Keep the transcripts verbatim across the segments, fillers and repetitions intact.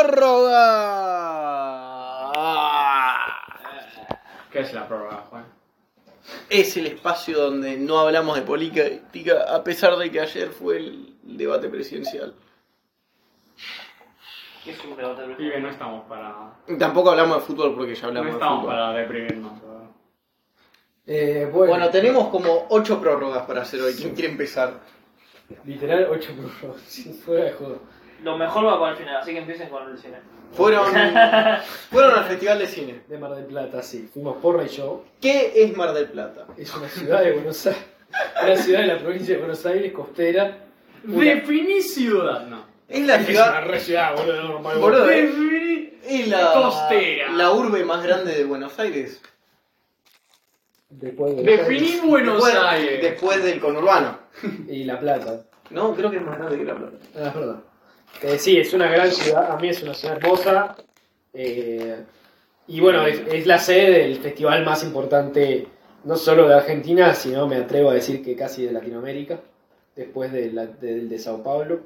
prórroga. ¿Qué es la prórroga, Juan? Es el espacio donde no hablamos de política, a pesar de que ayer fue el debate presidencial. ¿Qué es un debate Pibe, presidencial? no estamos para... Tampoco hablamos de fútbol porque ya No hablamos de estamos fútbol. para deprimirnos. ¿verdad? Eh, bueno, Bueno, tenemos como ocho prórrogas para hacer hoy. ¿Quién quiere empezar? literal ocho prórrogas, fuera de juego. Lo mejor va para el final, así que empiecen con el cine. Fueron, fueron al Festival de Cine. De Mar del Plata, sí. Fuimos Porra y yo. ¿Qué es Mar del Plata? Es una ciudad de Buenos Aires. Una ciudad de la provincia de Buenos Aires, costera. Una- Definí ciudad, no. Es la Es una ciudad... re ciudad, boludo, normal. Boludo, eh. Definí... Es la, Costera. la urbe más grande de Buenos Aires. Después de Definí Buenos después, Aires. Después del conurbano. Y La Plata. No, creo que es más grande que La Plata. Ah, es verdad. Eh, sí, es una gran ciudad. A mí es una ciudad hermosa. Eh, y bueno, es, es la sede del festival más importante, no solo de Argentina, sino me atrevo a decir que casi de Latinoamérica. Después de la- del de Sao Paulo.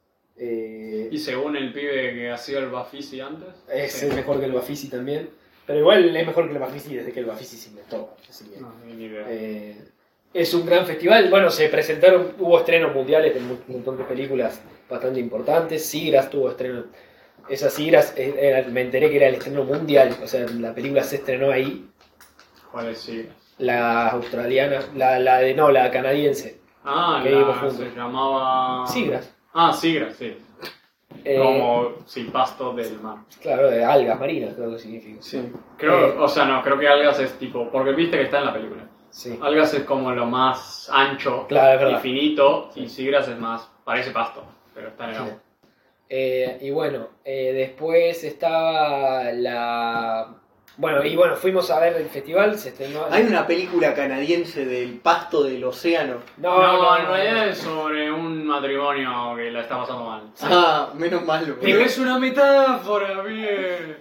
Eh, Y según el pibe que hacía el Bafisi antes... es sí. mejor que el Bafisi también. Pero igual es mejor que el Bafisi desde que el Bafisi se inventó. Así que, No, ni idea. eh, es un gran festival. Bueno, se presentaron, hubo estrenos mundiales de un montón de películas bastante importantes. Sigras tuvo estreno. Esas Sigras, eh, era- me enteré que era el estreno mundial. O sea, la película se estrenó ahí. ¿Cuál es sí? La australiana, la, la de, no, la canadiense. Ah, Que la, vimos juntos. se llamaba... Sigras. Ah, Sigras, sí. Eh, Como, sí, pasto del mar. Claro, de algas marinas, creo que significa. Sí. Creo, Eh. o sea, no, creo que algas es tipo... Porque viste que está en la película. Sí. Algas es como lo más ancho Claro, es y verdad. finito, y Sigras es más... Parece pasto, pero está en el Sí. agua. Eh, y bueno, eh, después estaba la... Bueno, y bueno, fuimos a ver el festival, se estrenó... Hay una película canadiense del pasto del océano. No, No, no, en realidad es sobre un matrimonio que la está pasando mal. Ah, menos mal. boludo. Pero es una metáfora, bien.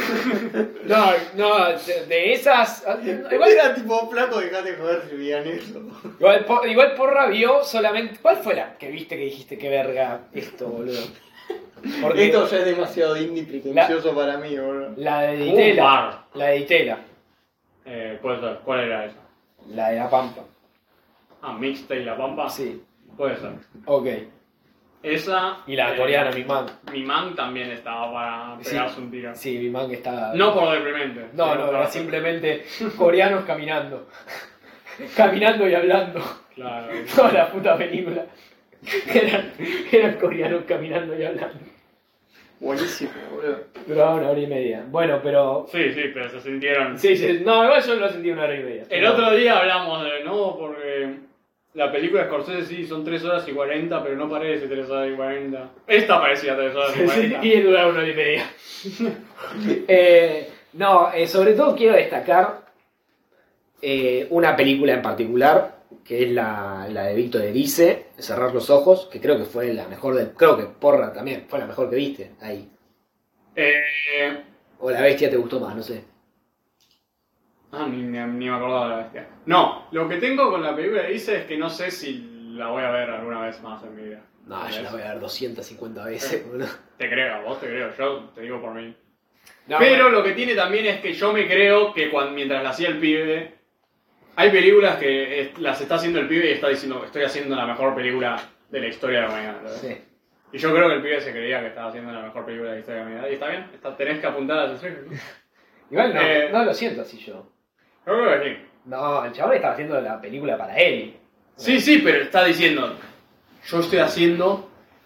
No, no, de, de esas... Igual, Era tipo, flaco, dejate joder si veían eso. igual, por- igual Porra vio solamente... ¿Cuál fue la que viste que dijiste que verga esto, boludo? Porque Esto ya es demasiado indie pretencioso para mí, boludo. la de Un Ditela, bar. la de Ditela, Eh, puede ser. ¿Cuál era esa? la de La Pampa. Ah, Mixtape La Pampa. Sí, Puede ser. ok. Esa. Y la eh, coreana, mi man. Mi man también estaba para Sí. pegarse un tiro. Sí, mi man está... No por deprimente. No, sino no, por- era simplemente coreanos caminando. Caminando y hablando. Claro. Toda la puta película. Eran, eran coreanos caminando y hablando. Buenísimo, boludo. Duraba una hora y media. Bueno, pero... Sí, sí, pero se sintieron. Sí, sí, no, igual yo lo sentí una hora y media. El otro día hablamos de, no, porque la película de Scorsese sí son tres horas y cuarenta, pero no parece tres horas y cuarenta. Esta parecía tres horas y Sí, cuarenta. y duraba una hora y media. eh, no, eh, sobre todo quiero destacar eh, una película en particular, que es la, la de Víctor Erice, Cerrar los ojos, que creo que fue la mejor del... Creo que Porra también fue la mejor que viste ahí. Eh, O La Bestia te gustó más, no sé. ah, ni, ni, ni me acordaba de la bestia. No, lo que tengo con la película de Dice es que no sé si la voy a ver alguna vez más en mi vida. No, yo la voy a ver doscientas cincuenta veces, boludo. Te creo, a vos te creo, yo te digo por mí. No, Pero bueno. lo que tiene también es que yo me creo que cuando, mientras la hacía el pibe, hay películas que es- las está haciendo el pibe y está diciendo, estoy haciendo la mejor película de la historia de la humanidad. ¿verdad? Sí. Y yo creo que el pibe se creía que estaba haciendo la mejor película de la historia de la humanidad. Y está bien, está, tenés que apuntar a las estrellas. ¿no? Igual no, Eh, no lo siento así yo. Yo creo que sí. No, el chabón estaba haciendo la película para él. Sí, sí, pero está diciendo, yo estoy haciendo...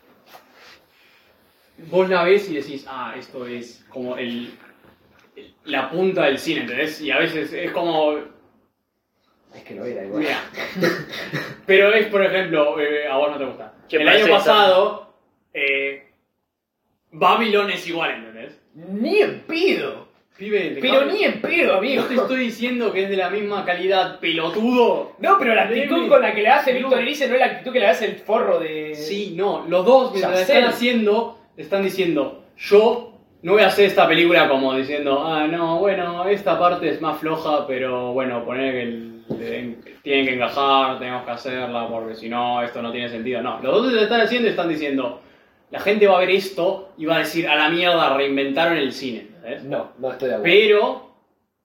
Vos la ves y decís, ah, esto es como el, el- la punta del cine, ¿entendés? Y a veces es como... Es que lo era igual. Mira. Pero es, por ejemplo, eh, a vos no te gusta. ¿Qué El año parece pasado, eh, Babylon es igual, ¿entendés? Ni en pedo. Pibe, te Pero cabe- ni en pedo, amigo. Yo te estoy diciendo que es de la misma calidad, pelotudo. No, pero la actitud Deme. con la que le hace No. Víctor Erice no es la actitud que le hace el forro de... Sí, no, los dos mientras la Yacel. están haciendo, están diciendo, yo no voy a hacer esta película como diciendo, ah, no, bueno, esta parte es más floja, pero bueno, poner que el, le- tienen que encajar, tenemos que hacerla, porque si no, esto no tiene sentido. No, los dos se están haciendo y están diciendo, la gente va a ver esto y va a decir, a la mierda, reinventaron el cine. ¿Sabes? No, no estoy de acuerdo. Pero,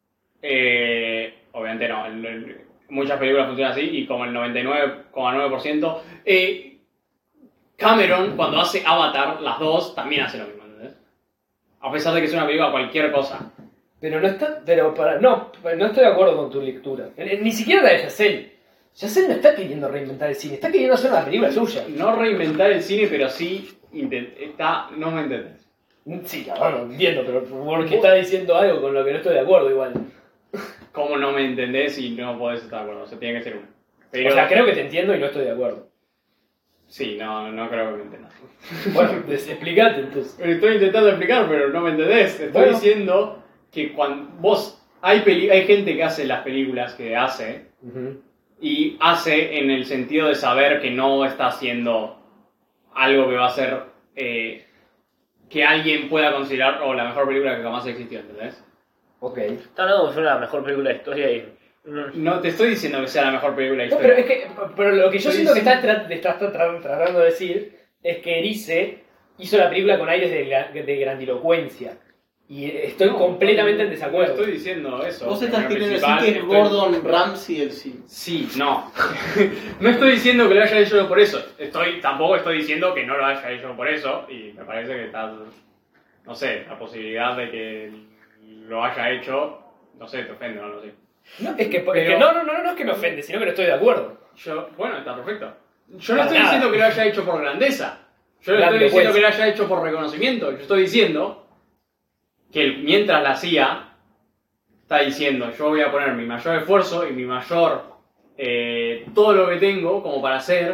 eh, obviamente no, el- el- muchas películas funcionan así y como el noventa y nueve coma nueve por ciento, eh, Cameron cuando hace Avatar, las dos, también hace lo mismo, ¿entendés? A pesar de que es una película cualquier cosa. Pero no está, pero para, no, no estoy de acuerdo con tu lectura. Eh, Ni siquiera la de Yacel. Yacel no está queriendo reinventar el cine, está queriendo hacer una película suya. No reinventar el cine, pero sí intent- está, no me entendés. Sí, cabrón, no entiendo, pero porque está diciendo algo con lo que no estoy de acuerdo igual. ¿Cómo no me entendés y no podés estar de acuerdo? O sea, tiene que ser uno. Pero, O sea, creo que te entiendo y no estoy de acuerdo. sí, no, no creo que me entendas. Bueno, des- explicate entonces. Estoy intentando explicar, pero no me entendés. Estoy Bueno. diciendo que cuando vos... Hay, peli- hay gente que hace las películas que hace Ujú. y hace en el sentido de saber que no está haciendo algo que va a ser... eh, que alguien pueda considerar oh, la mejor película que jamás existió, ¿entendés? Ok. Está hablando como si fuera la mejor película de historia y... no- No te estoy diciendo que sea la mejor película de No, historia. pero es que pero lo que yo Estoy siento que diciendo- estás, tra- estás tra- tra- tratando de decir es que Erice hizo la película con aires de, gra- de grandilocuencia. Y estoy No, completamente no, en desacuerdo. No estoy diciendo eso. Vos En estás el queriendo decir principal que es estoy- Gordon Ramsay del cine. Sí, no. No estoy diciendo que lo haya hecho por eso. Estoy, tampoco estoy diciendo que no lo haya hecho por eso. Y me parece que está, no sé, la posibilidad de que lo haya hecho, no sé, te ofende o no lo sé. No, es que, es Pero- que no, no, no, no es que me ofende, sino que no estoy de acuerdo. Yo, bueno, está perfecto. Yo no Para estoy nada. diciendo que lo haya hecho por grandeza. Yo no estoy Grande, diciendo pues. que lo haya hecho por reconocimiento. Yo estoy diciendo que él, mientras la hacía, está diciendo, yo voy a poner mi mayor esfuerzo y mi mayor, eh, todo lo que tengo como para hacer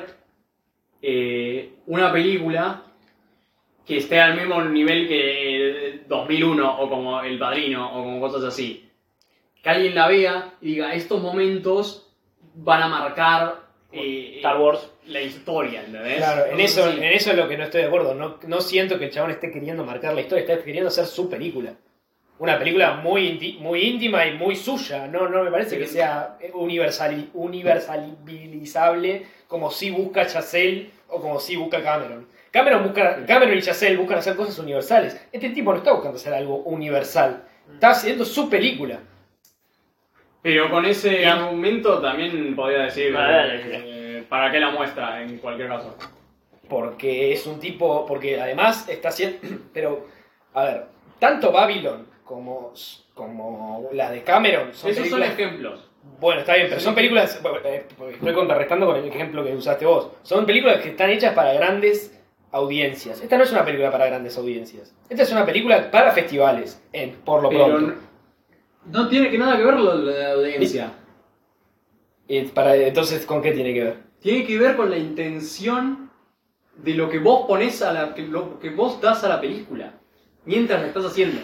eh, una película que esté al mismo nivel que dos mil uno o como El Padrino o como cosas así. Que alguien la vea y diga, estos momentos van a marcar eh, Star Wars. la historia, ¿entendés? Claro, en Cosas eso, así. en eso es lo que no estoy de acuerdo. No, no siento que el chabón esté queriendo marcar la historia, está queriendo hacer su película. Una película muy, inti- muy íntima y muy suya. No, no me parece que sea universali- universalizable como si busca Chazelle o como si busca Cameron. Cameron, busca, Cameron y Chazelle buscan hacer cosas universales. Este tipo no está buscando hacer algo universal. Está haciendo su película. Pero con ese argumento también podría decir A ver, eh, ¿para qué la muestra en cualquier caso? Porque es un tipo. Porque además está haciendo. Pero, a ver, tanto Babylon como, como las de Cameron son Esos son películas. ejemplos. Bueno, está bien, pero son películas. bueno, eh, Estoy contrarrestando con el ejemplo que usaste vos. Son películas que están hechas para grandes audiencias. Esta no es una película para grandes audiencias. Esta es una película para festivales, en, por lo Pero pronto. no, no tiene que nada que ver lo de la audiencia. Y para, entonces, ¿con qué tiene que ver? Tiene que ver con la intención de lo que vos pones a la, que lo que vos das a la película mientras la estás haciendo.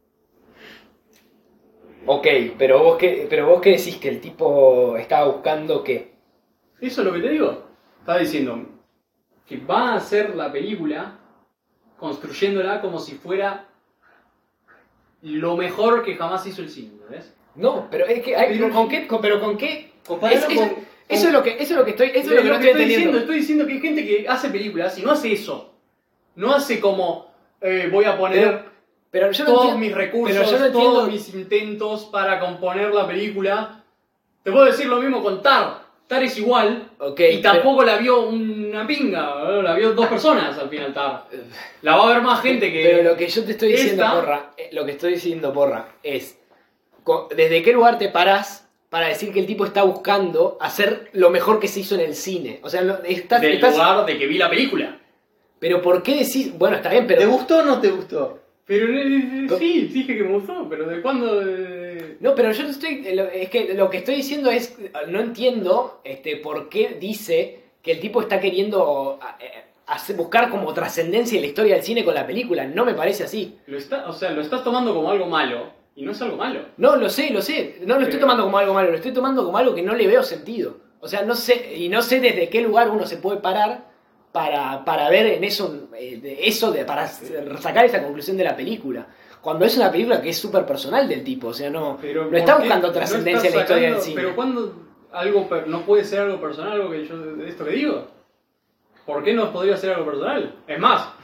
Ok, pero vos qué, pero vos qué decís que el tipo estaba buscando qué. Eso es lo que te digo. Está diciendo que va a hacer la película construyéndola como si fuera lo mejor que jamás hizo el cine, ¿ves? No, pero es que hay, Pero- ¿con qué? con- pero con qué? Comparalo Es- es- con- eso es lo que eso es lo que estoy eso es lo que no Lo estoy estoy entendiendo. diciendo, estoy diciendo que hay gente que hace películas y no hace eso. No hace como eh, voy a poner Pero, pero yo no todos entiendo- mis recursos, pero yo no entiendo- todos mis intentos para componer la película. Te puedo decir lo mismo con Tar. Tar es igual Ok, y tampoco la vio una pinga, ¿no? La vio dos personas al final Tar. La va a ver más gente que... Pero lo que yo te estoy diciendo, esta- porra, eh, lo que estoy diciendo, porra, es co- ¿desde qué lugar te parás para decir que el tipo está buscando hacer lo mejor que se hizo en el cine? O sea, lo- estás, del estás- lugar de que vi la película. pero ¿por qué decís? Bueno, está bien, pero ¿Te gustó o no te gustó? Pero eh, Co- sí, dije que me gustó, pero ¿de cuándo? eh? no, pero yo no estoy, lo- es que lo que estoy diciendo es, no entiendo este, por qué dice que el tipo está queriendo eh, hacer- buscar como trascendencia en la historia del cine con la película. No me parece así. Lo está, o sea, lo estás tomando como algo malo y no es algo malo. No, lo sé, lo sé. No lo estoy Pero- tomando como algo malo, lo estoy tomando como algo que no le veo sentido. O sea, no sé, y no sé desde qué lugar uno se puede parar para, para ver en eso, eh, de eso de, para sacar esa conclusión de la película. Cuando es una película que es súper personal del tipo, o sea, no, Pero no está ¿por qué buscando no trascendencia en la estás historia del sacando- cine. Pero ¿cuándo algo per- no puede ser algo personal algo que yo de esto que digo? ¿Por qué no podría ser algo personal? Es más,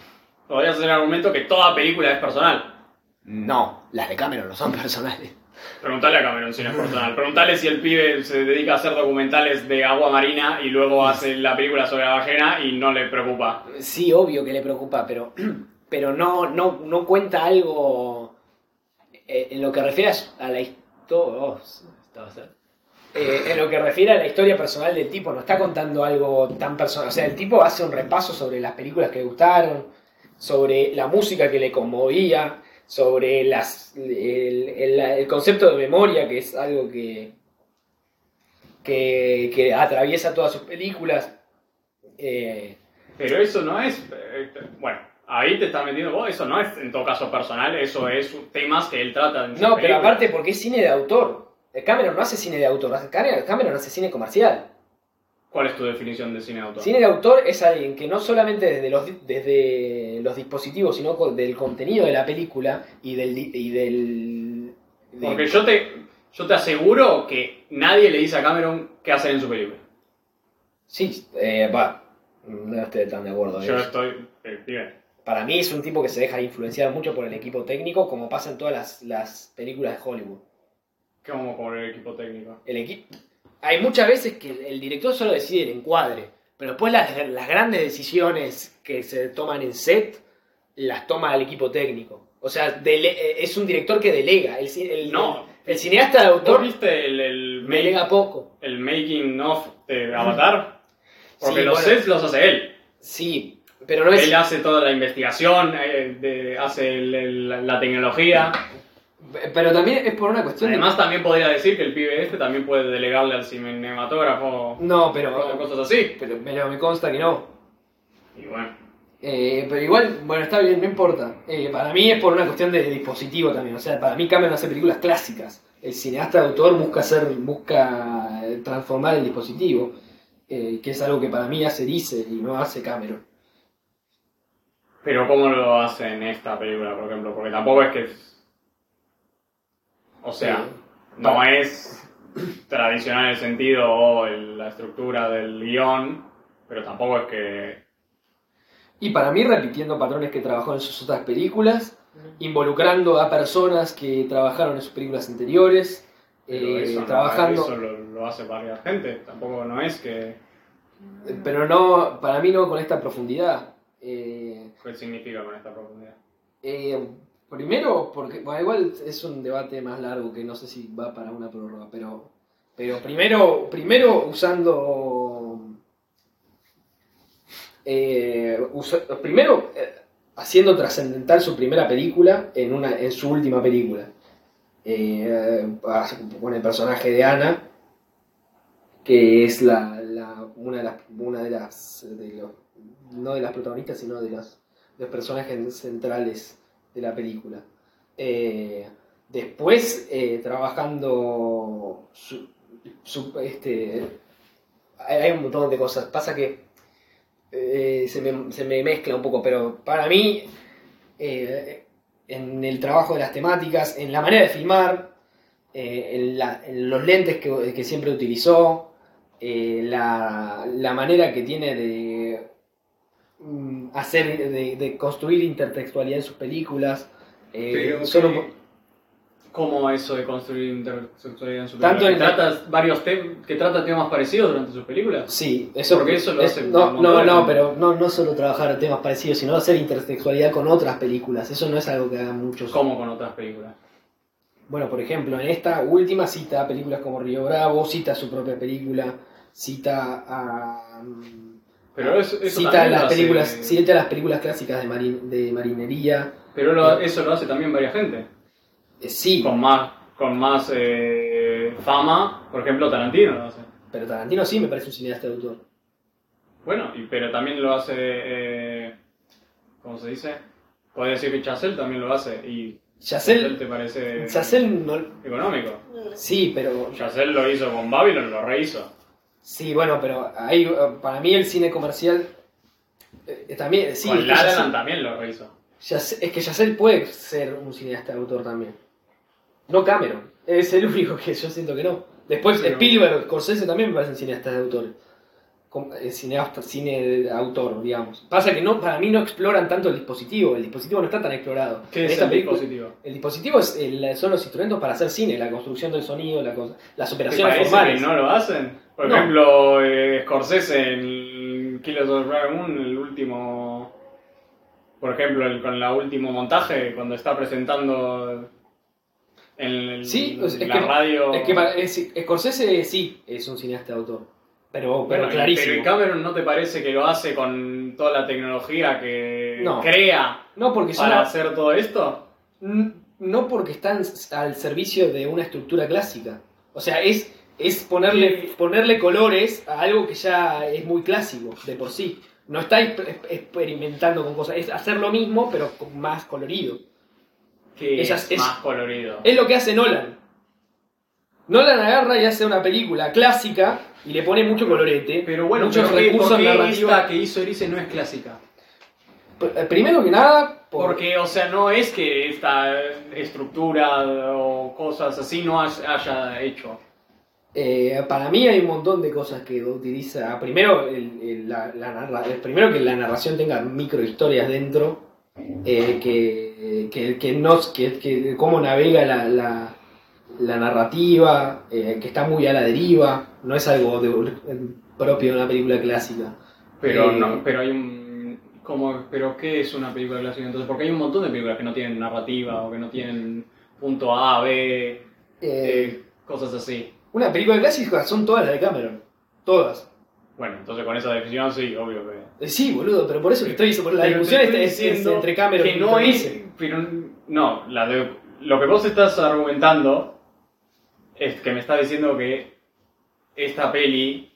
podrías hacer el argumento que toda película es personal. No, las de Cameron no son personales. Preguntale a Cameron si no es personal. Preguntale si el pibe se dedica a hacer documentales de agua marina y luego hace la película sobre la ballena y no le preocupa. Sí, obvio que le preocupa, pero, pero no, no, no cuenta algo eh, en lo que refiere a la historia. Oh, eh, en lo que refiere a la historia personal del tipo, no está contando algo tan personal. O sea, el tipo hace un repaso sobre las películas que le gustaron, sobre la música que le conmovía, sobre las, el, el, el concepto de memoria, que es algo que, que, que atraviesa todas sus películas. Eh, Pero eso no es... eh, bueno, ahí te estás metiendo vos, eso no es en todo caso personal, eso es temas que él trata en sus no, pero películas. aparte porque es cine de autor. Cameron no hace cine de autor, Cameron hace cine comercial. ¿Cuál es tu definición de cine de autor? Cine de autor es alguien que no solamente desde los, desde los dispositivos, sino del contenido de la película y del... Y del de... Porque yo te, yo te aseguro que nadie le dice a Cameron qué hacer en su película. Sí, eh, va, no estoy tan de acuerdo. Yo eso. estoy... Eh, bien. Para mí es un tipo que se deja influenciar mucho por el equipo técnico, como pasa en todas las, las películas de Hollywood. ¿Qué vamos con el equipo técnico? El equipo... Hay muchas veces que el director solo decide el encuadre, pero después las, las grandes decisiones que se toman en set las toma el equipo técnico. O sea, dele, es un director que delega. El, el, No. el cineasta de ¿Vos autor viste el, el, delega poco. el making of de Avatar? Porque Sí, los bueno. sets los hace él. Sí, pero no es... Él hace toda la investigación, eh, de, hace el, el, la tecnología. Pero también es por una cuestión Además también podría decir que el pibe este también puede delegarle al cinematógrafo de... No, pero... cosas así. Pero, pero me consta que no. Y bueno. Eh, pero igual, bueno, está bien, no importa. Eh, para mí es por una cuestión de dispositivo también. O sea, para mí Cameron hace películas clásicas. El cineasta de autor busca hacer, busca transformar el dispositivo. Eh, que es algo que para mí hace Dice y no hace Cameron. Pero ¿cómo lo hace en esta película, por ejemplo? Porque tampoco es que... O sea, Sí. no Pa- es tradicional el sentido o el- la estructura del guión, pero tampoco es que... Y para mí repitiendo patrones que trabajó en sus otras películas, involucrando a personas que trabajaron en sus películas anteriores, pero eh, eso, no- trabajando... eso lo, lo hace varias gente, tampoco no es que... Pero no, para mí no con esta profundidad. Eh, ¿Qué significa con esta profundidad? eh, primero, porque bueno, igual es un debate más largo que no sé si va para una prórroga, pero, pero primero, primero usando... Eh, usa- primero eh, haciendo trascendental su primera película en, una, en su última película. Eh, con el personaje de Ana, que es la, la, una de las, una de las de los, no de las protagonistas, sino de los, de los personajes centrales de la película. Eh, después, eh, trabajando su, su, este, hay, hay un montón de cosas. Pasa que eh, se, me, se me mezcla un poco, pero para mí, eh, en el trabajo de las temáticas, en la manera de filmar, eh, en, la, en los lentes que, que siempre utilizó, Eh, la, la manera que tiene de mm, hacer, de, de construir intertextualidad en sus películas. Eh, Pero solo que- por- ¿Cómo eso de construir intersexualidad en su Tanto película? ¿Que en- trata, varios tem- ¿Que trata temas parecidos durante sus películas? Sí, eso, Porque eso lo es- hace no, un no, montón. no, pero no, no solo trabajar temas parecidos, sino hacer intertextualidad con otras películas. Eso no es algo que hagan muchos. ¿Cómo con otras películas? Bueno, por ejemplo, en esta última cita películas como Río Bravo, cita su propia película, cita a... Pero eso, eso cita también las lo hace- películas, cita las películas clásicas de, marin- de marinería. Pero lo- eso lo hace también varias gente. Eh, sí, Con más, con más eh, fama, por ejemplo, Tarantino lo hace. pero Tarantino sí me parece un cineasta de autor. Bueno, y, pero también lo hace, eh, ¿cómo se dice? Podría decir que Chazelle también lo hace. Y Chazelle- Chazelle te parece Chazelle no... económico. Sí, pero... Chazelle lo hizo con Babylon, lo rehizo. Sí, bueno, pero ahí, eh, para mí el cine comercial... eh, también, sí, con es que La La Chazelle- Land también lo rehizo. Chazelle- es que Chazelle puede ser un cineasta de autor también. No Cameron. Es el único que yo siento que no. Después Pero- Spielberg, Scorsese también me parecen cineastas de autores. com- eh, cineasta, cine de autor, digamos. Pasa que no, para mí no exploran tanto el dispositivo, el dispositivo no está tan explorado. ¿Qué En es esta el película- dispositivo? El dispositivo es el- son los instrumentos para hacer cine, la construcción del sonido, la cosa- las ¿Te operaciones parece formales. que no lo hacen? Por No. ejemplo, eh, Scorsese en Killers of the Flower Moon, el último... Por ejemplo, el- con el último montaje, cuando está presentando en el- Sí, es la que, radio... es que para- es- Scorsese sí es un cineasta de autor, pero, pero Bueno, clarísimo. Pero ¿y Cameron no te parece que lo hace con toda la tecnología que No. crea no, porque son para la- hacer todo esto? N- no porque están al servicio de una estructura clásica. O sea, es, es ponerle, Sí. ponerle colores a algo que ya es muy clásico de por sí. No está exp- experimentando con cosas, es hacer lo mismo pero con más colorido. Que Esas- es, es- más colorido. Es lo que hace Nolan. Nolan agarra y hace una película clásica y le pone mucho colorete, Pero bueno, muchos pero ¿qué- recursos ¿por qué narrativos. esta que hizo Erice no es clásica? P- Primero que nada, por- Porque, o sea, no es que esta estructura o cosas así no haya haya hecho. Eh, para mí hay un montón de cosas que utiliza. Primero, el, el- la, la narra- el- primero que la narración tenga microhistorias dentro, eh, que, que, que, no, que, que cómo navega la, la, la narrativa, eh, que está muy a la deriva, no es algo de- propio de una película clásica. Pero Eh, no, pero hay un... ¿cómo? ¿Pero qué es una película clásica entonces? Porque hay un montón de películas que no tienen narrativa o que no tienen punto A, B, Eh, eh, cosas así. una película clásica son todas las de Cameron, todas. Bueno, entonces con esa definición sí, obvio que... Eh, sí, boludo, pero por eso te estoy diciendo, la Pero te discusión estoy es, es- es diciendo entre Cameron que y no es, Scorsese. pero no, la de, lo que vos estás argumentando es que me estás diciendo que esta peli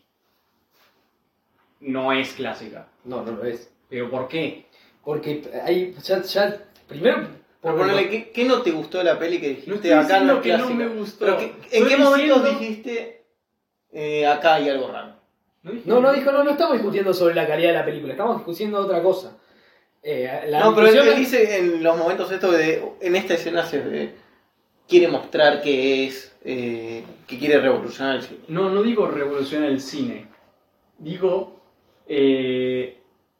no es clásica. No, no lo es. ¿Pero por qué? Porque hay, ya, ya, primero... Pero por- ponele, ¿qué, ¿qué no te gustó de la peli que dijiste No estoy acá no diciendo es que no clásica? me gustó. Pero que- ¿en Estoy qué momentos diciendo- dijiste eh, acá hay algo raro? No, no dijo, no, no estamos discutiendo sobre la calidad de la película, estamos discutiendo otra cosa. Eh, la no, pero él, discusión él es- dice en los momentos estos de... En esta escena se ve, quiere mostrar que es... eh, que quiere revolucionar el cine. No, no digo revolucionar el cine. Digo... eh,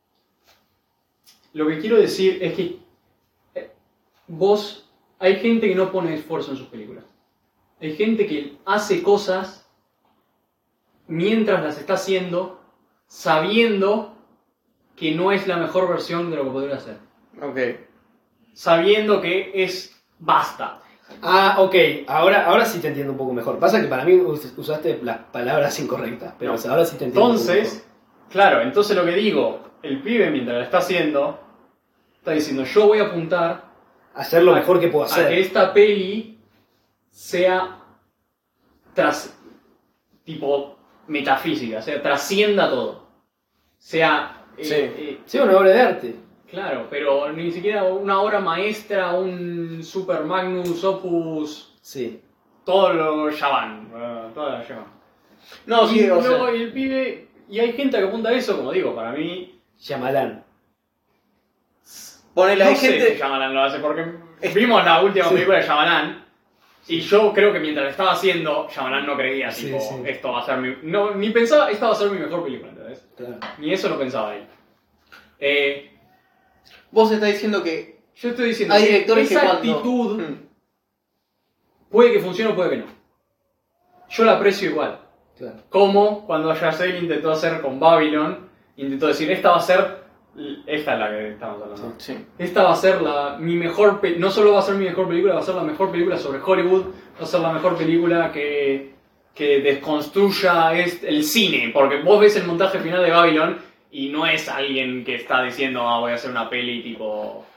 lo que quiero decir es que eh, vos... Hay gente que no pone esfuerzo en sus películas. Hay gente que hace cosas mientras las está haciendo, sabiendo que no es la mejor versión de lo que podría hacer. Ok. Sabiendo que es basta. Ah, ok, ahora, ahora sí te entiendo un poco mejor. Pasa que para mí us- usaste las palabras incorrectas, pero No. ahora sí te entiendo. un poco Entonces, claro, entonces lo que digo, el pibe mientras lo está haciendo, está diciendo, yo voy a apuntar mejor. Hacer lo mejor que puedo a hacer. que esta peli sea tras tipo metafísica, o sea, trascienda todo. Sea eh, Sí. eh, Sí, una obra de arte. claro, pero ni siquiera una obra maestra, un super magnus opus, Sí. todo lo Yavan, eh, toda la Yavan. No, sí, y o luego sea... y el pibe, y hay gente que apunta a eso, como digo, para mí, Shyamalan. Ponele, no hay sé gente... si Shyamalan lo hace, porque Es- vimos la última Sí. película de Shyamalan, y yo creo que mientras lo estaba haciendo, Shyamalan no creía, Sí, tipo, sí. esto va a ser mi... No, ni pensaba, esta va a ser mi mejor película, ¿entendés? Claro. Ni eso lo pensaba él. Eh, Vos estás diciendo que yo estoy diciendo hay que directores que esa cuando... actitud Mm. puede que funcione o puede que no. Yo la aprecio igual. Claro. Como cuando Yacel intentó hacer con Babylon, intentó decir, esta va a ser, esta es la que estamos hablando. Sí. Esta va a ser la, mi mejor, pe- no solo va a ser mi mejor película, va a ser la mejor película sobre Hollywood, va a ser la mejor película que, que desconstruya este- el cine, porque vos ves el montaje final de Babylon y no es alguien que está diciendo, ah, voy a hacer una peli tipo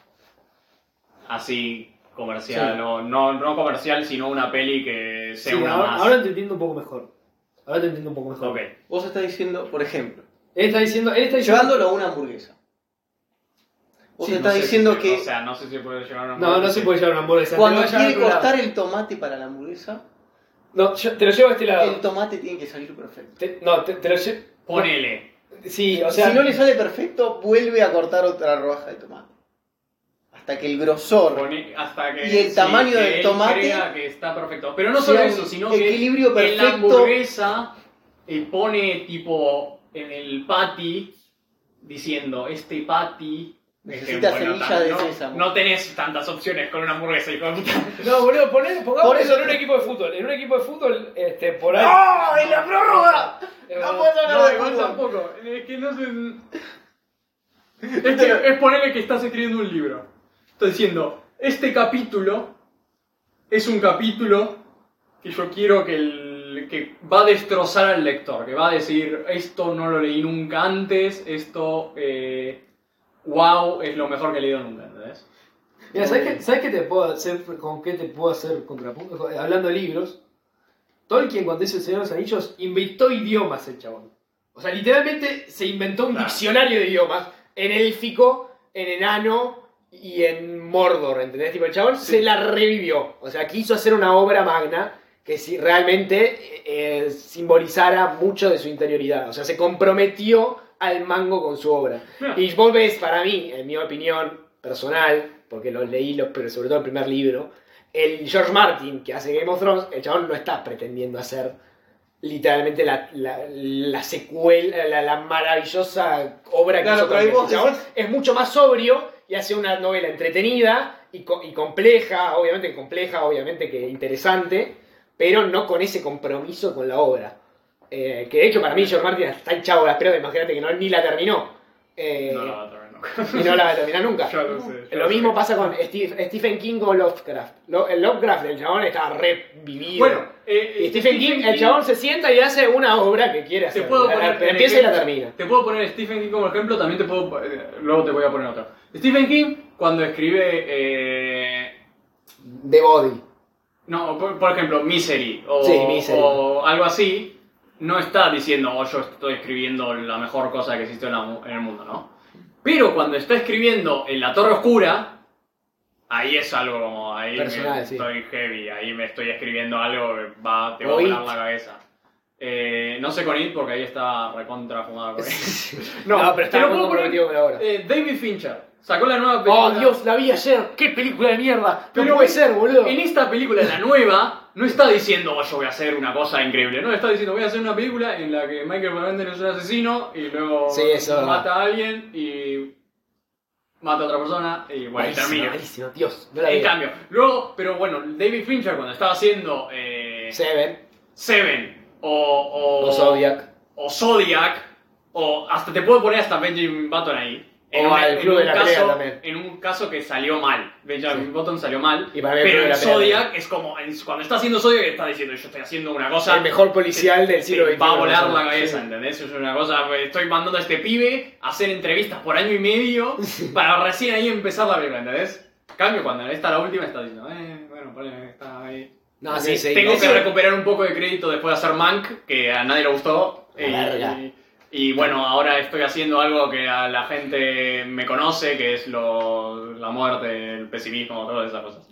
así comercial, Sí. o no, no comercial, sino una peli que sea Sí, una ahora, más. ahora te entiendo un poco mejor. Ahora te entiendo un poco mejor. Ok. Vos estás diciendo, por ejemplo, Él está diciendo, él está diciendo. llevándolo a una hamburguesa. Vos Sí, estás No sé diciendo si- que O sea, no sé si puede llevar una No, no se puede llevar una hamburguesa. te cuando lo voy a llevar quiere a otro lado. costar el tomate para la hamburguesa, No, yo te lo llevo a este lado. el tomate tiene que salir perfecto. Te- no, te, te lo llevo. Ponele. Sí, o sea. Si no le sale perfecto, vuelve a cortar otra rodaja de tomate. Hasta que el grosor Pone- hasta que, y el tamaño que del él tomate crea que está perfecto. Pero no sea solo un eso, sino que equilibrio en la perfecto. hamburguesa eh, pone tipo en el patty diciendo, este patty... Necesita semilla de no, sésamo. no tenés tantas opciones con una hamburguesa, hijo de puta. No, boludo, poné, pongamos Por eso eso- en un equipo de fútbol. En un equipo de fútbol, este, por ahí. ¡Oh! ¡En la prórroga! Eh, ¡No puedo hablar No, de igual fútbol! tampoco. Es que no sé... Es que es ponerle que estás escribiendo un libro. Estás diciendo, este capítulo es un capítulo que yo quiero que, el, que va a destrozar al lector, que va a decir, esto no lo leí nunca antes, esto, eh, wow, es lo mejor que he leído nunca, ¿entendés? Mira, ¿sabes qué, ¿sabes qué te puedo hacer, con qué te puedo hacer contrapunto? Hablando de libros, Tolkien cuando hizo El Señor de los Anillos inventó idiomas el chabón. O sea, literalmente se inventó un Claro. diccionario de idiomas en élfico, en enano y en Mordor, ¿entendés? Tipo, el chabón Sí. se la revivió. O sea, quiso hacer una obra magna que si realmente eh, simbolizara mucho de su interioridad. O sea, se comprometió al mango con su obra. Mira. Y vos ves, para mí, en mi opinión personal, porque lo leí, lo- pero sobre todo el primer libro, el George Martin, que hace Game of Thrones, el chabón no está pretendiendo hacer literalmente la, la, la secuela, la, la maravillosa obra que Claro, hizo pero ahí Tolkien. vos El chabón decís- es mucho más sobrio y hace una novela entretenida y, co- y compleja, obviamente compleja, obviamente que interesante, pero no con ese compromiso con la obra. Eh, que de hecho para mí George Martin está hinchado las pelotas, imagínate que no, ni la terminó. Eh, No, no, no, no. y no la va a terminar nunca. Ya lo sé. ya Lo lo mismo sé. pasa con Steve- Stephen King o Lovecraft. Lo- el Lovecraft del chabón está revivido. Bueno, eh, y eh, Stephen King, el chabón se sienta y hace una obra que quiere Te hacer. puedo La- la- poner el empieza y la ejemplo- termina. Te puedo poner Stephen King como ejemplo, también te puedo... eh, luego te voy a poner otro. Stephen King, cuando escribe... eh, The Body. no, por, por ejemplo, Misery o, Sí, Misery. o algo así, no está diciendo, oh, yo estoy escribiendo la mejor cosa que existe en, la mu- en el mundo, ¿no? Pero cuando está escribiendo en La Torre Oscura, ahí es algo como, ahí Personal, me sí. estoy heavy, ahí me estoy escribiendo algo que va, te va a O volar It. la cabeza. Eh, no sé con It porque ahí está recontra fumada con It. No, pero está te lo muy puedo poner, comprometido con la obra. eh, David Fincher sacó la nueva película. Oh, Dios, la vi ayer. ¡Qué película de mierda! Pero no puede ser, boludo. En esta película, la nueva, no está diciendo, oh, yo voy a hacer una cosa increíble. No, está diciendo, voy a hacer una película en la que Michael Fassbender es un asesino y luego Sí, eso. mata a alguien y mata a otra persona y bueno, y Malísimo, termina. malísimo, Dios. No la En vi. cambio, luego, pero bueno, David Fincher cuando estaba haciendo eh, Seven. Seven o, o, O Zodiac. o Zodiac, o hasta te puedo poner hasta Benjamin Button ahí. O al Club de la Pelea caso, también. en un caso que salió mal. Benjamin Sí. Button salió mal. Y para mí el Club pero de en la Pelea Zodiac es como. en- cuando está haciendo Zodiac está diciendo yo estoy haciendo una cosa. El mejor policial que del siglo te veintiuno. va a volar la Sí. cabeza, ¿entendés? Es una cosa. Estoy mandando a este pibe a hacer entrevistas por año y medio para recién ahí empezar la película, ¿entendés? En cambio, cuando está la última está diciendo, eh, bueno, ponle, está ahí. No, sí, sí. Tengo no, que sí. recuperar un poco de crédito después de hacer Mank, que a nadie le gustó. La y, verga. y- y bueno, ahora estoy haciendo algo que a la gente me conoce, que es lo, la muerte, el pesimismo, todas esas cosas.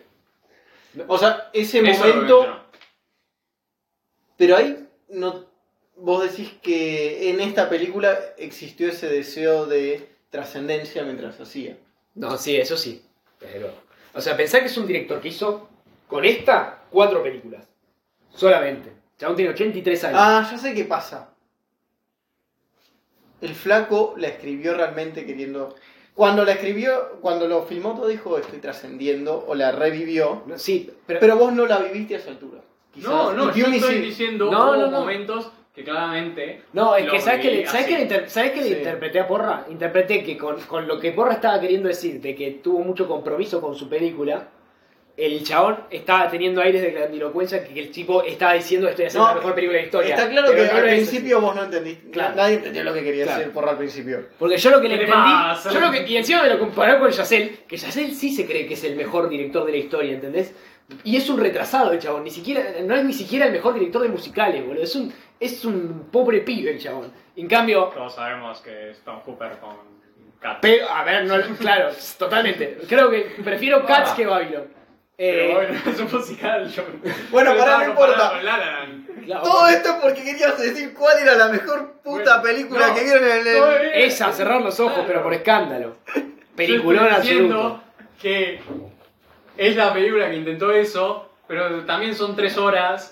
Ok. O sea, ese Eso es lo que momento. menciono. Pero ahí no. Vos decís que en esta película existió ese deseo de trascendencia mientras hacía. No, sí, eso sí. Pero. O sea, pensá que es un director que hizo con esta cuatro películas. Solamente. Chabón tiene ochenta y tres años. Ah, ya sé qué pasa. El flaco la escribió realmente queriendo. Cuando la escribió, cuando lo filmó todo dijo estoy trascendiendo o la revivió. No, sí, pero. Pero vos no la viviste a esa altura. Quizás. No, no, Y yo Dune estoy sí- diciendo No, hubo no, no. momentos que claramente... No, es lo que ¿sabes qué viví le, ¿sabes así. qué le, inter- ¿sabes qué le Sí. interpreté a Porra? Interpreté que con, con lo que Porra estaba queriendo decir, de que tuvo mucho compromiso con su película, el chabón estaba teniendo aires de grandilocuencia, que el tipo estaba diciendo estoy haciendo No, la mejor película de la historia. Está claro Pero que no al lo es principio así. vos no entendiste. Claro. Nadie entendió lo que quería Claro. hacer por al principio. Porque yo lo que le ¿Qué te entendí, pasa? yo lo que, y encima me lo comparó con Yacel, que Yacel sí se cree que es el mejor director de la historia, ¿entendés? Y es un retrasado el chabón, ni siquiera, no es ni siquiera el mejor director de musicales, boludo, es un, es un pobre pibe el chabón. En cambio, Todos sabemos que es Tom Hooper con Cats. pero, a ver, no, claro, totalmente, creo que prefiero Cats Ah. que Babylon. Pero Eh, bueno, es un musical. Yo, Bueno, yo pará, estaba no comparado importa. con La La Land. claro, Todo esto porque querías decir cuál era la mejor puta Bueno, película no. que vieron en el. No, eh. esa, cerrar los ojos, Claro. pero por escándalo. Yo Peliculón estoy absoluto. diciendo que es la película que intentó eso, pero también son tres horas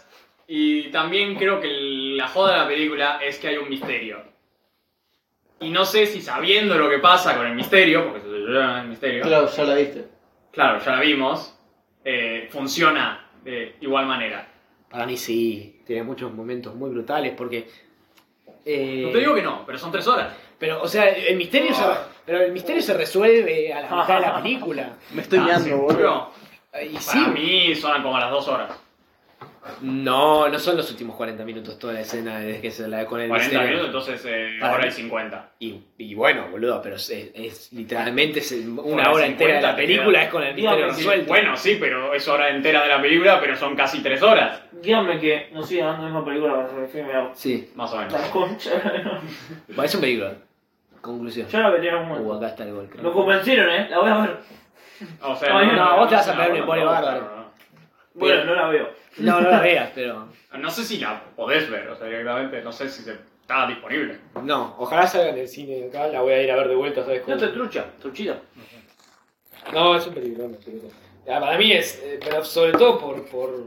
Y también creo que la joda de la película es que hay un misterio. Y no sé si sabiendo lo que pasa con el misterio, porque se llama el misterio, Claro, ya la viste. claro, ya la vimos, eh, funciona de igual manera. Para mí sí, tiene muchos momentos muy brutales porque... eh, No te digo que no, pero son tres horas. Pero, o sea, el misterio, se, pero el misterio se resuelve a la mitad de la película. Me estoy Ah, mirando, boludo. ¿seguro? Y Para sí, mí sonan como a las dos horas. no, no son los últimos cuarenta minutos toda la escena desde que se la con el cuarenta misterio. minutos, entonces eh, Para hora mí. y cincuenta. Y, y bueno, boludo, pero es, es literalmente es una Hora hora y entera de la cincuenta te película queda. es con el Dígame, misterio sí, resuelto. Bueno, sí, pero es hora entera de la película, pero son casi tres horas. Díganme que no sigue dando la misma película para hacer el filme. la- Sí, Más o menos. La concha. parece un película. Conclusión. Yo la vería en un Uh, momento. acá está el gol. creo. Me convencieron, eh. La voy a ver. O sea, No, no, vos te vas a no, pegar un no, embole no, bárbaro. no, no. Bueno, no la veo. No, no la veas, pero... No sé si la podés ver, o sea, directamente, no sé si se, está disponible. No, ojalá salga en el cine acá, la voy a ir a ver de vuelta, ¿sabes cómo? No te trucha, truchita. No, es un película, no, película. Ya, para mí es, eh, pero sobre todo por, por,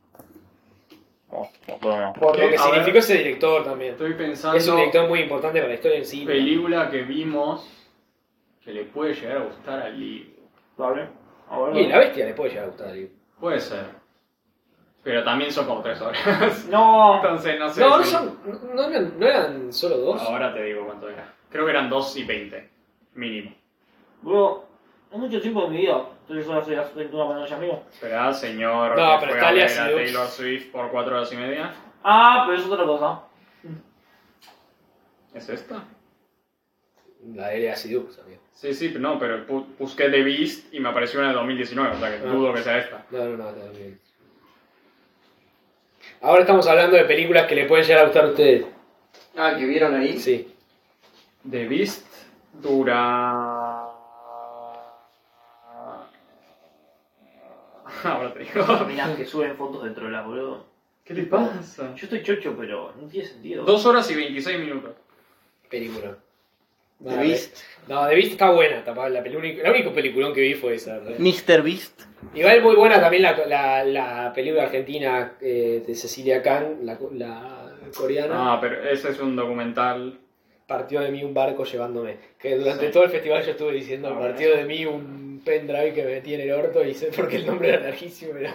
por lo ¿Qué? que A significó ver. ese director también. Estoy pensando Es un director muy importante para la historia del cine. película que vimos que le puede llegar a gustar al libro. Vale. A ver, Y la bestia le puede llegar a gustar. Digo. Puede ser. Pero también son como tres horas. No. Entonces no sé. No, no, si- son, no, no eran, no eran solo dos. Ahora te digo cuánto era. Creo que eran dos y veinte. Mínimo. Bro, es mucho tiempo de mi vida. Tres horas de la una pantalla mío. Esperá, señor. No, que pero fue está a ver Alias a y Lux. Taylor Swift por cuatro horas y media. Ah, pero es otra cosa. ¿Es esta? La de L A Sidux, amigo. Sí, sí, no, pero pu- busqué The Beast y me apareció una de dos mil diecinueve, o sea que Ah. dudo que sea esta. No, no, no, está bien. Ahora estamos hablando de películas que le pueden llegar a gustar a ustedes. Ah, que vieron ahí. Sí. The Beast dura... Ahora te digo. Mirá que suben fotos dentro de la boludo. ¿Qué te pasa? Yo estoy chocho, pero no tiene sentido. Dos horas y veintiséis minutos. Película. The Beast. No, The Beast está buena, tapá, la, peli- la única peliculón que vi fue esa. ¿verdad? mister Beast. Igual muy buena también la, la, la película argentina eh, de Cecilia Kang, la, la coreana. Ah, pero ese es un documental. Partió de mí un barco llevándome. Que durante Sí. todo el festival yo estuve diciendo, Ah, partió de mí un pendrive que me metí en el orto y sé porque el nombre era larguísimo. Era,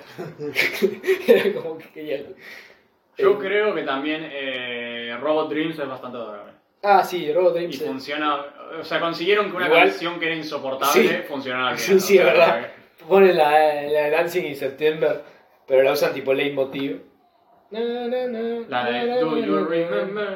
era como que quería... Yo Eh, creo que también eh, Robot Dreams es bastante adorable. Ah, sí, Robot Y Dreams. eh. funciona, o sea, consiguieron que una Igual- canción que era insoportable Sí. funcionara bien. Sí, sí, o sea, es verdad. Ponen la, la Dancing in September, pero la usan tipo leitmotiv. Na, na, na, La de na, Do na, You na, Remember?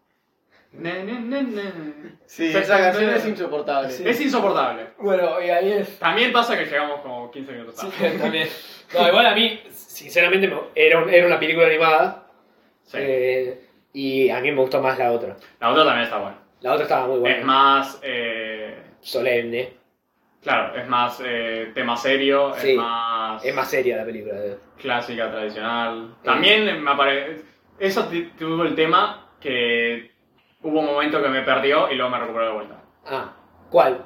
Na, na, na, na. Sí, Se- esa se- canción se- es insoportable. Sí. Es insoportable. Bueno, y ahí es. También pasa que llegamos como quince minutos Sí, tarde. también. No, igual a mí, sinceramente, me- era, un- era una película animada. Sí. eh, y a mí me gustó más la otra. La otra también está buena. La otra estaba muy buena. Es más, eh, Solemne. claro, es más eh, tema serio, Sí. es más Es más seria la película. eh. clásica, tradicional. También me aparece... Eso t- tuvo el tema que hubo un momento que me perdió y luego me recuperó de vuelta. Ah, ¿cuál?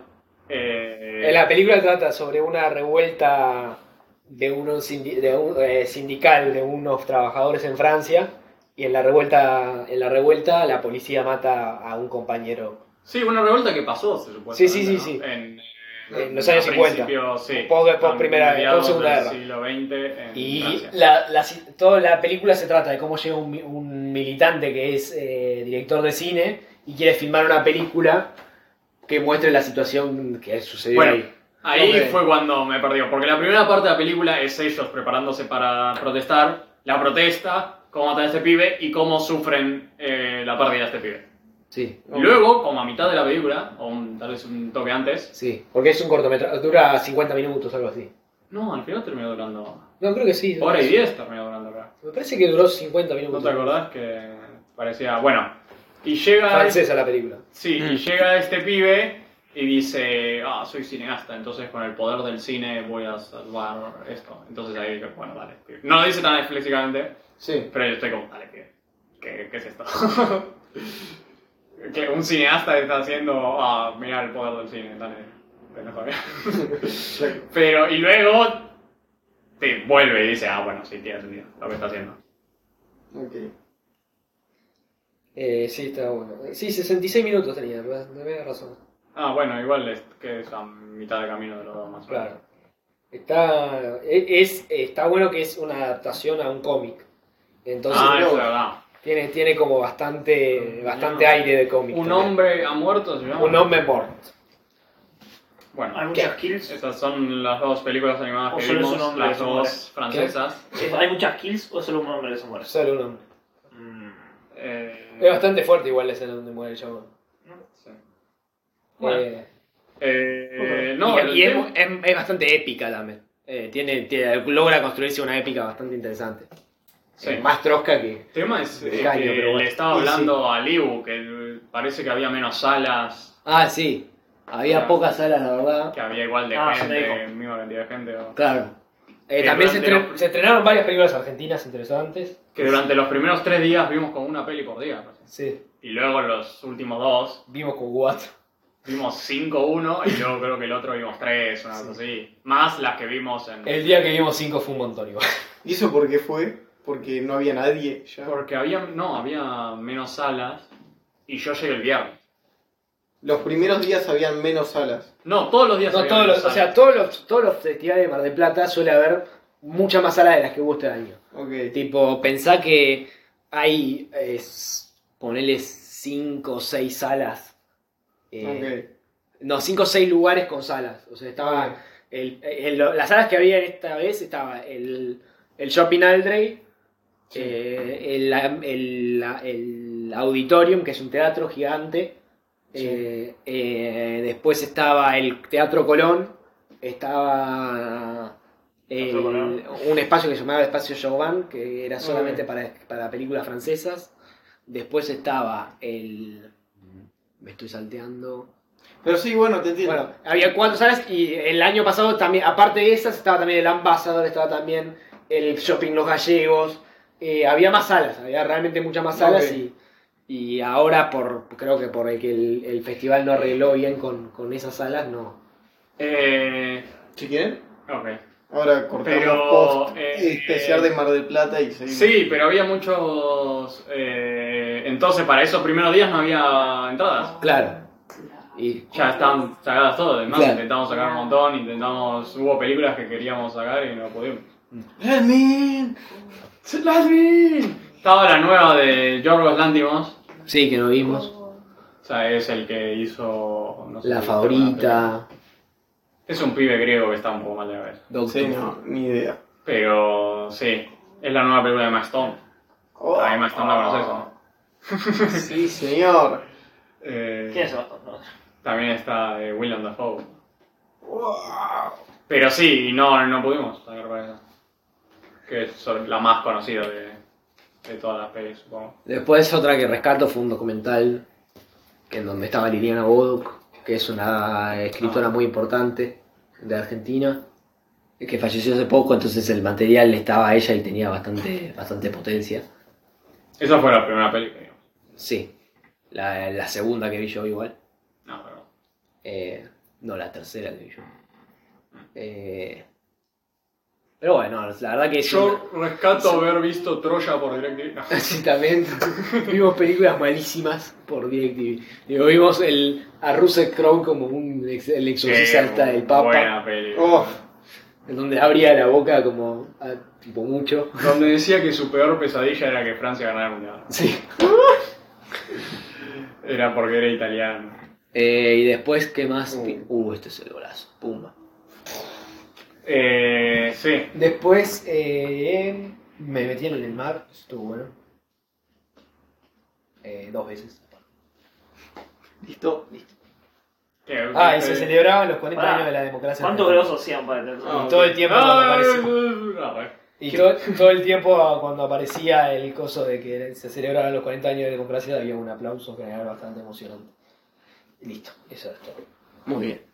Eh, Eh, La película trata sobre una revuelta de, unos sindi- de un, eh, sindical de unos trabajadores en Francia y en la revuelta en la revuelta la policía mata a un compañero Sí, una revuelta que pasó, se supone. Sí, sí, sí, sí. En, En los años cincuenta. Sí. Post- post a primera- mediados post Segunda del Guerra. siglo veinte en y Francia. la, la, toda la película se trata de cómo llega un, mi- un militante que es eh, director de cine y quiere filmar una película que muestre la situación que sucedió Bueno, ahí. ahí Ok. fue cuando me perdió, porque la primera parte de la película es ellos preparándose para protestar, la protesta, cómo matan a este pibe y cómo sufren eh, la pérdida de este pibe. Sí. Y luego, como a mitad de la película, o un- tal vez un toque antes, Sí, porque es un cortometraje, dura cincuenta minutos, algo así. no, al final terminó durando No, creo que sí. hora y diez terminó durando acá. Me parece que duró cincuenta ¿No minutos. te acordás que parecía, bueno, y llega Francesa la película. sí, y Mm. llega este pibe y dice, ah, soy cineasta, entonces con el poder del cine voy a salvar esto. Entonces ahí, bueno, dale. Pibe. No lo dice tan explícitamente, Sí. pero yo estoy como, dale, pibe. ¿Qué, qué es esto? Que un cineasta está haciendo, ah, mira el poder del cine, dale, pendejo. Pero, y luego te vuelve y dice, ah, bueno, sí, tiene sentido lo que está haciendo. Ok. Eh, sí, está bueno. Sí, sesenta y seis minutos tenía, ¿verdad? Me da razón. Ah, bueno, igual es que es a mitad de camino de los dos más o menos. Claro. Está, es, está bueno que es una adaptación a un cómic. Entonces Ah, no, eso es verdad. tiene, tiene como bastante, bastante aire de cómic. Un también. hombre ha muerto, ¿se llama? Un hombre muerto. Bueno, Hay muchas kills. esas son las dos películas animadas O que solo es vimos, un hombre las que se dos muere. francesas. Es- ¿Hay muchas kills o solo un hombre que se muere? Solo un hombre. Mm. Eh, Es bastante fuerte igual la escena donde muere el chabón. sí. Bueno, Eh, eh, no, y el y es, tema- es, es bastante épica también. Eh, tiene, tiene- logra construirse una épica bastante interesante. Sí. Eh, más trosca que... El tema es eh, Caño, que pero bueno. le estaba Y hablando a Liu, que parece que había menos salas, Ah, sí. Había Claro. pocas salas, la verdad. que había igual de Ah, ya me gente, dijo. misma cantidad de gente. o- Claro. Eh, Que también se, durante estre- los- se estrenaron varias películas argentinas interesantes. Que durante los primeros tres días vimos como una peli por día. parece. Sí. Y luego los últimos dos Vimos con cuatro. vimos cinco uno y luego creo que el otro vimos tres, una cosa así. Más las que vimos en... El día que vimos cinco fue un montón igual. ¿Y eso por qué fue? Porque no había nadie ya. Porque había, no, había menos salas y yo llegué el viernes. Los primeros días habían menos salas. No, todos los días No, había todos menos los, o sea, salas. todos los, todos los festivales de Mar del Plata suele haber muchas más salas de las que hubo este año. Ok. Tipo, pensá que hay, eh, ponele cinco o seis salas. Eh, Ok. No, cinco o seis lugares con salas. O sea, estaba... Ok. El, el- las salas que había esta vez estaba el, el Shopping Aldrey, Sí. eh, el, el, el Auditorium, que es un teatro gigante. Sí. Eh, eh, después estaba el Teatro Colón, estaba el- Teatro Colón. un espacio que se llamaba Espacio Chauvin, que era solamente Ok. para, para películas francesas. Después estaba el... Me estoy salteando... Pero sí, bueno, te entiendo. Bueno, había cuatro salas y el año pasado también, aparte de esas, estaba también el Ambassador, estaba también el Shopping Los Gallegos. Eh, había más salas, había realmente muchas más salas Ok. y, y ahora por creo que por el que el, el festival no arregló bien con, con esas salas, no. Eh, Si quieren, ok. ahora cortamos Pero, post eh, especial de Mar del Plata y seguimos. Sí, pero había muchos... eh, entonces, para esos primeros días no había entradas. Claro. Y Ya estaban sacadas todas. Además, Claro. intentamos sacar un montón, intentamos... Hubo películas que queríamos sacar y no pudimos. ¡Redmin! Estaba la nueva de Yorgos Lanthimos. sí, que no vimos. O sea, es el que hizo... no sé La si Favorita, Es un pibe griego que está un poco mal de la cabeza. Doctor. Sí, no, ni idea. Pero sí, es la nueva película de Max Stone. Oh, A Emma Stone la conoces, ¿no? Sí, señor. Eh, ¿Quién es Bastón? También está eh, Willem Dafoe. Wow. Pero sí, no, no pudimos sacar para esa. Que es sobre- la más conocida de, de todas las pelis, supongo. Después otra que rescato fue un documental que en donde estaba Liliana Bodoc, que es una escritora muy importante de Argentina, que falleció hace poco, entonces el material estaba a ella y tenía bastante, bastante potencia. Esa fue la primera peli que vimos. Sí, la, la segunda que vi yo igual. No, pero... Eh, no, la tercera que vi yo. Eh, pero bueno, la verdad que Yo rescato haber visto Troya por DirecTV. No. sí, también vimos películas malísimas por DirecTV. Digo, vimos el, a Russell Crowe como un ex- el exorcista Qué del Papa, Buena peli. Oh, en donde abría la boca como ah, tipo mucho. Donde decía que su peor pesadilla era que Francia ganara el mundial. Sí. Era porque era italiano. Eh, y después, ¿qué más? Uh, este es el golazo. Pumba. Eh, sí. Después, eh, me metí en el mar. Estuvo bueno. Eh, dos veces. listo, listo. Que- Ah, y que- se celebraban los cuarenta Pará, años de la democracia. ¿Cuántos argentina. grosos hacían para tener Ah, Y todo el tiempo cuando Ah, aparecía, no, eh. y todo, todo el tiempo cuando aparecía el coso de que se celebraban los cuarenta años de democracia había un aplauso general bastante emocionante. Y listo, eso es todo. Muy bien.